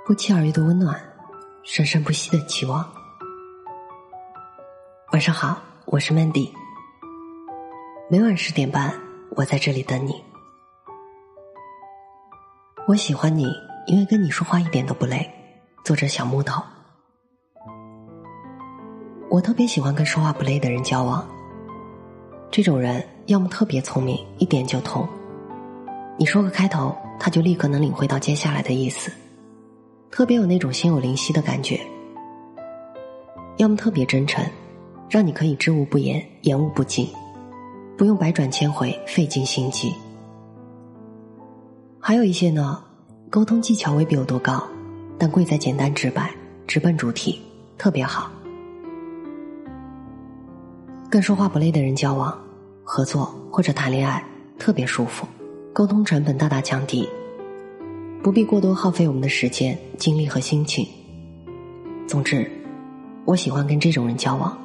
不期而遇的温暖，生生不息的期望。晚上好，我是 Mandy。 每晚10点半，我在这里等你。我喜欢你，因为跟你说话一点都不累。作者小木头。我特别喜欢跟说话不累的人交往，这种人要么特别聪明，一点就通，你说个开头，他就立刻能领会到接下来的意思，特别有那种心有灵犀的感觉；要么特别真诚，让你可以知无不言，言无不尽，不用百转千回，费尽心机。还有一些呢，沟通技巧未必有多高，但贵在简单直白，直奔主题，特别好。跟说话不累的人交往、合作或者谈恋爱特别舒服，沟通成本大大降低，不必过多耗费我们的时间、精力和心情。总之，我喜欢跟这种人交往。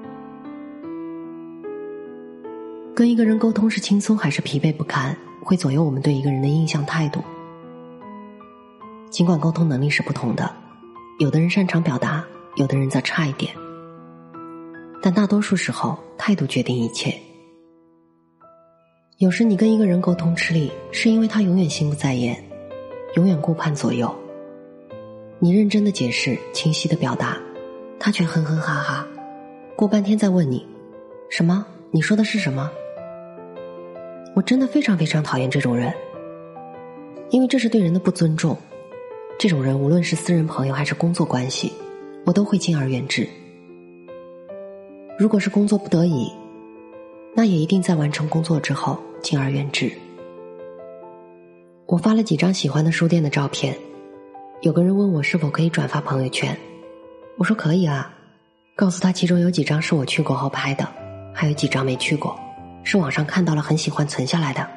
跟一个人沟通是轻松还是疲惫不堪，会左右我们对一个人的印象态度。尽管沟通能力是不同的，有的人擅长表达，有的人则差一点，但大多数时候态度决定一切。有时你跟一个人沟通吃力，是因为他永远心不在焉，永远顾盼左右。你认真的解释，清晰的表达，他却哼哼哈哈，过半天再问你，什么？你说的是什么？我真的非常非常讨厌这种人，因为这是对人的不尊重。这种人无论是私人朋友还是工作关系，我都会敬而远之。如果是工作不得已，那也一定在完成工作之后敬而远之。我发了几张喜欢的书店的照片，有个人问我是否可以转发朋友圈，我说可以啊，告诉他其中有几张是我去过后拍的，还有几张没去过，是网上看到了很喜欢存下来的。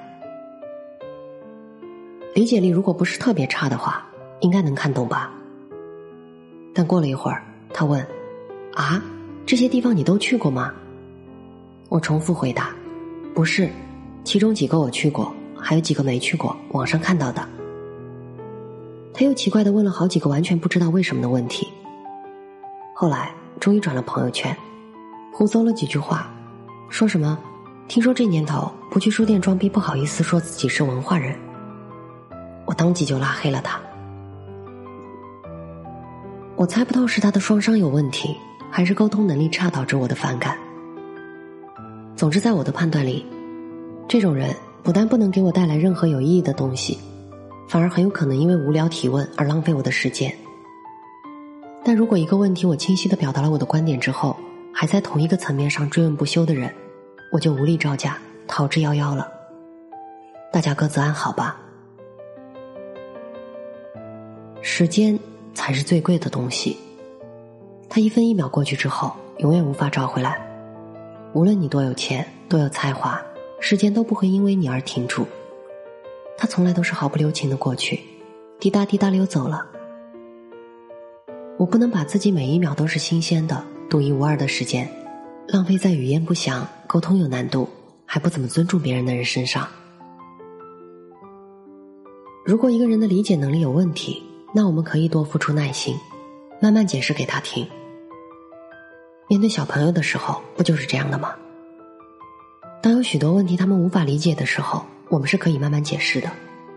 理解力如果不是特别差的话，应该能看懂吧。但过了一会儿，他问，啊，这些地方你都去过吗？我重复回答，不是，其中几个我去过，还有几个没去过，网上看到的。他又奇怪地问了好几个完全不知道为什么的问题。后来终于转了朋友圈，胡诌了几句话，说什么听说这年头不去书店装逼不好意思说自己是文化人。我当即就拉黑了他。我猜不透是他的双商有问题，还是沟通能力差导致我的反感。总之在我的判断里，这种人不但不能给我带来任何有意义的东西，反而很有可能因为无聊提问而浪费我的时间。但如果一个问题我清晰地表达了我的观点之后，还在同一个层面上追问不休的人，我就无力招架，逃之夭夭了。大家各自安好吧。时间才是最贵的东西，它一分一秒过去之后永远无法找回来。无论你多有钱多有才华，时间都不会因为你而停住，它从来都是毫不留情的过去，滴答滴答溜走了。我不能把自己每一秒都是新鲜的独一无二的时间浪费在语言不详、沟通有难度还不怎么尊重别人的人身上。如果一个人的理解能力有问题，那我们可以多付出耐心，慢慢解释给他听。面对小朋友的时候不就是这样的吗？当有许多问题他们无法理解的时候，我们是可以慢慢解释的。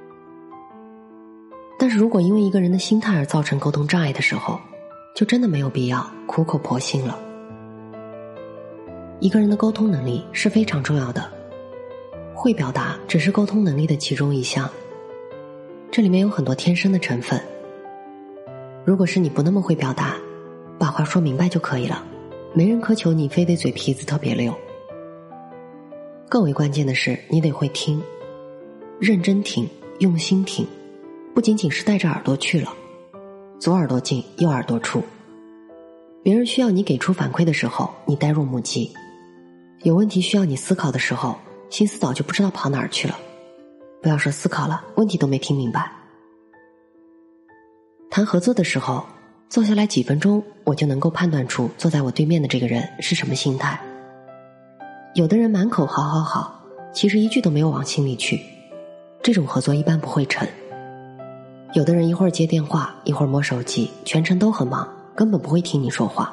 但是如果因为一个人的心态而造成沟通障碍的时候，就真的没有必要苦口婆心了。一个人的沟通能力是非常重要的，会表达只是沟通能力的其中一项，这里面有很多天生的成分。如果是你不那么会表达，把话说明白就可以了，没人苛求你非得嘴皮子特别溜。更为关键的是，你得会听，认真听，用心听，不仅仅是带着耳朵去了，左耳朵进右耳朵出。别人需要你给出反馈的时候，你呆若木鸡；有问题需要你思考的时候，心思早就不知道跑哪儿去了。不要说思考了，问题都没听明白。谈合作的时候，坐下来几分钟，我就能够判断出坐在我对面的这个人是什么心态。有的人满口好好好，其实一句都没有往心里去，这种合作一般不会成。 有的人一会儿接电话，一会儿摸手机，全程都很忙，根本不会听你说话。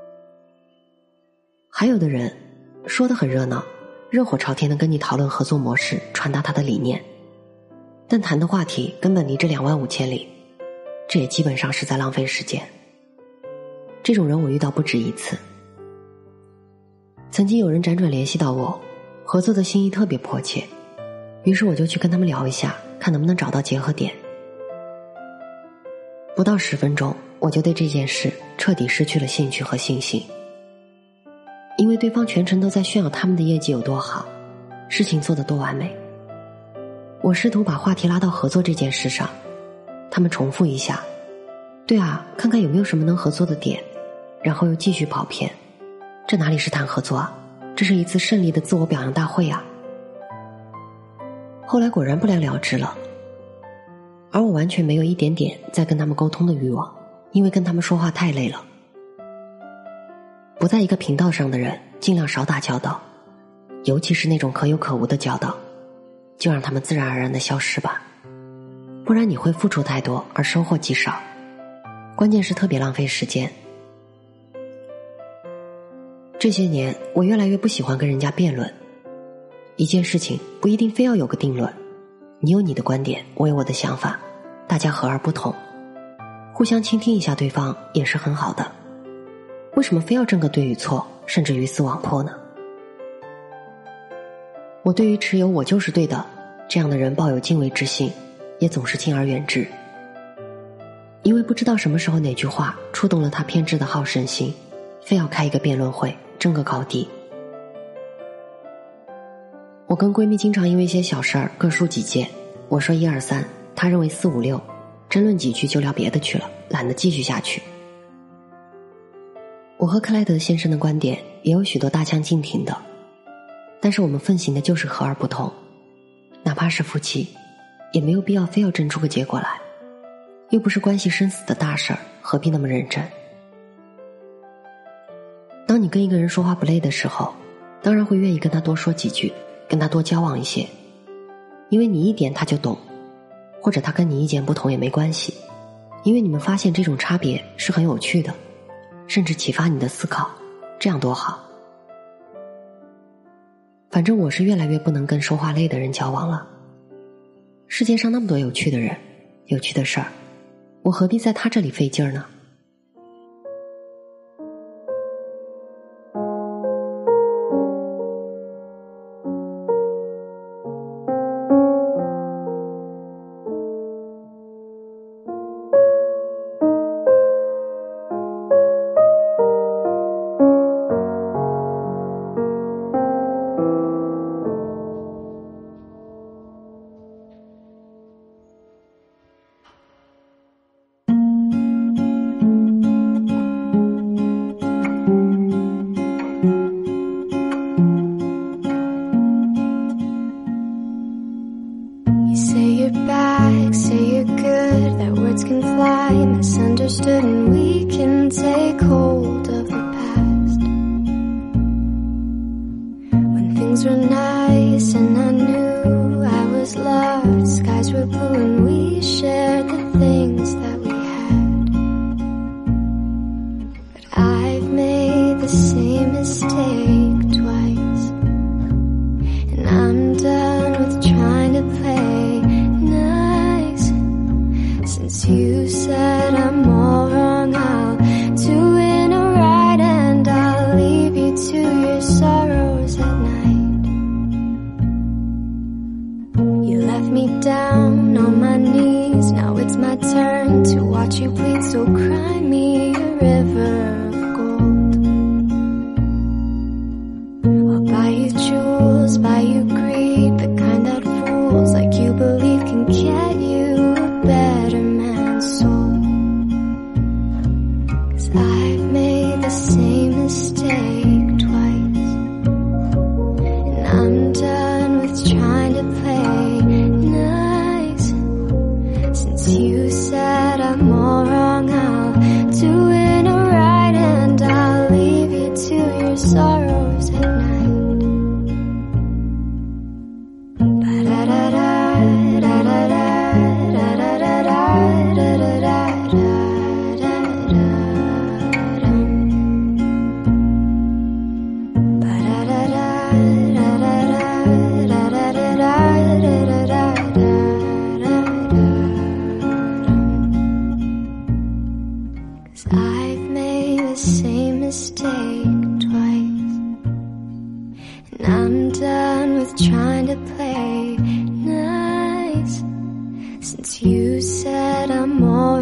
还有的人说得很热闹，热火朝天地跟你讨论合作模式，传达他的理念，但谈的话题根本离这25000里，这也基本上是在浪费时间。这种人我遇到不止一次。曾经有人辗转联系到我，合作的心意特别迫切，于是我就去跟他们聊一下，看能不能找到结合点。不到10分钟，我就对这件事彻底失去了兴趣和信心。因为对方全程都在炫耀他们的业绩有多好，事情做得多完美。我试图把话题拉到合作这件事上，他们重复一下，对啊，看看有没有什么能合作的点，然后又继续跑偏。这哪里是谈合作啊，这是一次胜利的自我表扬大会啊。后来果然不了了之了，而我完全没有一点点再跟他们沟通的欲望，因为跟他们说话太累了。不在一个频道上的人尽量少打交道，尤其是那种可有可无的交道，就让他们自然而然地消失吧，不然你会付出太多而收获极少，关键是特别浪费时间。这些年我越来越不喜欢跟人家辩论，一件事情不一定非要有个定论，你有你的观点，我有我的想法，大家和而不同，互相倾听一下对方也是很好的，为什么非要争个对与错，甚至鱼死网破呢？我对于持有我就是对的这样的人抱有敬畏之心，也总是敬而远之。因为不知道什么时候哪句话触动了他偏执的好胜心，非要开一个辩论会，争个高低。我跟闺蜜经常因为一些小事儿各抒己见，我说1、2、3，她认为4、5、6，争论几句就聊别的去了，懒得继续下去。我和克莱德先生的观点也有许多大相径庭的，但是我们奉行的就是和而不同，哪怕是夫妻，也没有必要非要争出个结果来，又不是关系生死的大事儿，何必那么认真？当你跟一个人说话不累的时候，当然会愿意跟他多说几句，跟他多交往一些，因为你一点他就懂，或者他跟你意见不同也没关系，因为你们发现这种差别是很有趣的，甚至启发你的思考，这样多好。反正我是越来越不能跟说话累的人交往了。世界上那么多有趣的人，有趣的事儿，我何必在他这里费劲儿呢？ Misunderstood, and we can take hold of the past. When things were nice and I knew I was loved, skies were blue and we shared the things that we had. But I've made the same mistake twice, and I'm done with trying to play nice. Since you said I'm all wrong, I'll do it right, and I'll leave you to your sorrows at night. You left me down on my knees, now it's my turn to watch you bleed, so cry me a river of gold. I'll buy you jewels, buy you greed, the kind that fools like you believe can get you a better man's soul. I've made the same mistake twice, and I'm done with trying to play nice. Since you said I'm all wrong, I'll do it right, and I'll leave you to your sorrows at night. Ba-da-da-da, da-da-da, da-da-da-da. since you said I'm alright.